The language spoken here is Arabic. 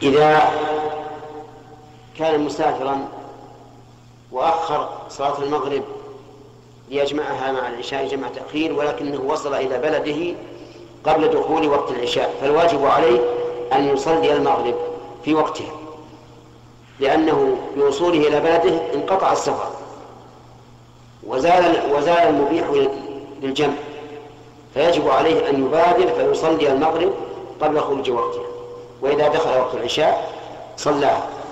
إذا كان مسافرا وأخر صلاة المغرب ليجمعها مع العشاء جمع تأخير، ولكنه وصل إلى بلده قبل دخول وقت العشاء، فالواجب عليه أن يصلي المغرب في وقتها، لأنه بوصوله إلى بلده انقطع السفر وزال المبيح للجمع، فيجب عليه أن يبادر فيصلي المغرب قبل خروج وقتها، وإذا دخل وقت العشاء صلاها.